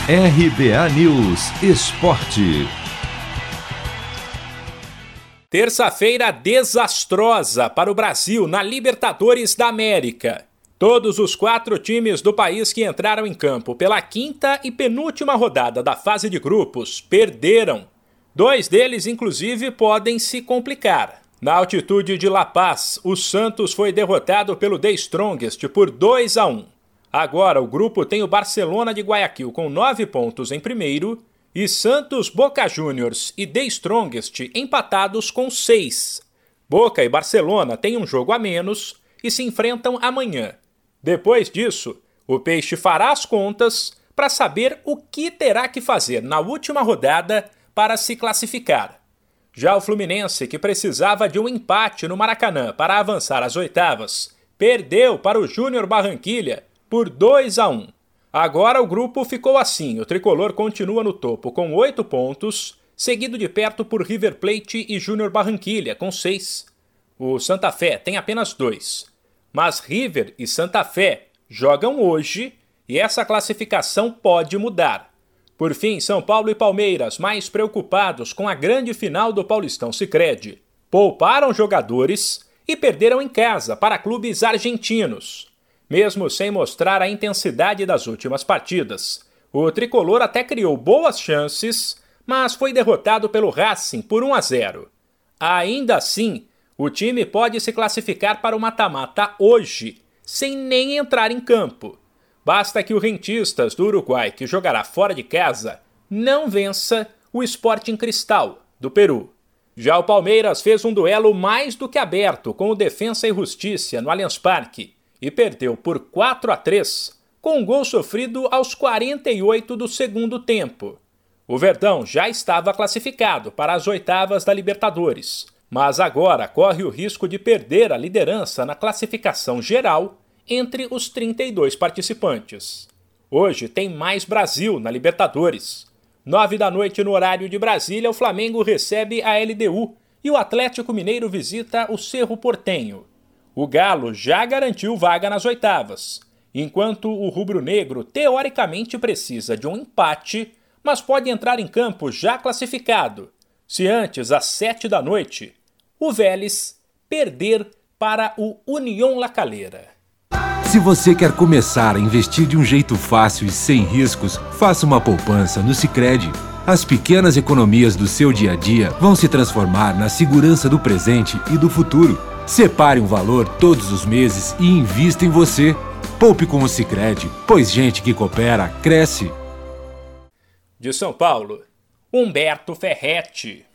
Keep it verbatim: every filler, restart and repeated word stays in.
R B A News Esporte. Terça-feira desastrosa para o Brasil na Libertadores da América. Todos os quatro times do país que entraram em campo pela quinta e penúltima rodada da fase de grupos perderam. Dois deles, inclusive, podem se complicar. Na altitude de La Paz, o Santos foi derrotado pelo The Strongest por dois a um. Agora o grupo tem o Barcelona de Guayaquil com nove pontos em primeiro e Santos, Boca Juniors e The Strongest empatados com seis. Boca e Barcelona têm um jogo a menos e se enfrentam amanhã. Depois disso, o Peixe fará as contas para saber o que terá que fazer na última rodada para se classificar. Já o Fluminense, que precisava de um empate no Maracanã para avançar às oitavas, perdeu para o Júnior Barranquilla por dois a um. Agora o grupo ficou assim, o tricolor continua no topo com oito pontos, seguido de perto por River Plate e Júnior Barranquilla com seis. O Santa Fé tem apenas dois. Mas River e Santa Fé jogam hoje e essa classificação pode mudar. Por fim, São Paulo e Palmeiras, mais preocupados com a grande final do Paulistão Sicredi, pouparam jogadores e perderam em casa para clubes argentinos. Mesmo sem mostrar a intensidade das últimas partidas, o tricolor até criou boas chances, mas foi derrotado pelo Racing por um a zero. Ainda assim, o time pode se classificar para o mata-mata hoje, sem nem entrar em campo. Basta que o Rentistas do Uruguai, que jogará fora de casa, não vença o Sporting Cristal, do Peru. Já o Palmeiras fez um duelo mais do que aberto com o Defensa e Justiça no Allianz Parque e perdeu por quatro a três, com um gol sofrido aos quarenta e oito do segundo tempo. O Verdão já estava classificado para as oitavas da Libertadores, mas agora corre o risco de perder a liderança na classificação geral entre os trinta e dois participantes. Hoje tem mais Brasil na Libertadores. Nove da noite no horário de Brasília, o Flamengo recebe a L D U e o Atlético Mineiro visita o Cerro Porteño. O Galo já garantiu vaga nas oitavas, enquanto o rubro-negro teoricamente precisa de um empate, mas pode entrar em campo já classificado, se antes, às sete da noite, o Vélez perder para o Unión La Calera. Se você quer começar a investir de um jeito fácil e sem riscos, faça uma poupança no Sicredi. As pequenas economias do seu dia a dia vão se transformar na segurança do presente e do futuro. Separe um valor todos os meses e invista em você. Poupe com o Sicredi, pois gente que coopera, cresce. De São Paulo, Humberto Ferretti.